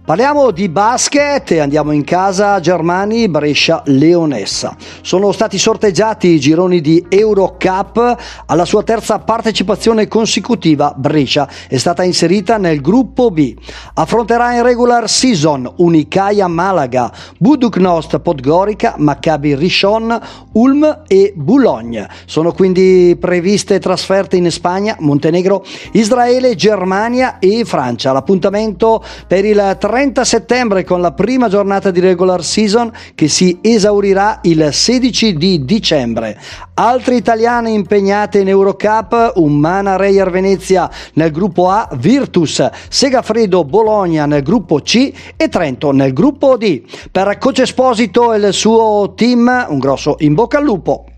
Parliamo di basket e andiamo in casa. Germani, Brescia, Leonessa. Sono stati sorteggiati i gironi di Eurocup. Alla sua terza partecipazione consecutiva Brescia è stata inserita nel gruppo B. Affronterà in regular season Unicaja Malaga, Budućnost Podgorica, Maccabi Rishon, Ulm e Boulogne. Sono quindi previste trasferte in Spagna, Montenegro, Israele, Germania e Francia. L'appuntamento per il 30 settembre con la prima giornata di regular season che si esaurirà il 16 di dicembre. Altre italiane impegnate in Eurocup: Umana Reyer Venezia nel gruppo A, Virtus Segafredo Bologna nel gruppo C e Trento nel gruppo D. Per Coach Esposito e il suo team un grosso in bocca al lupo.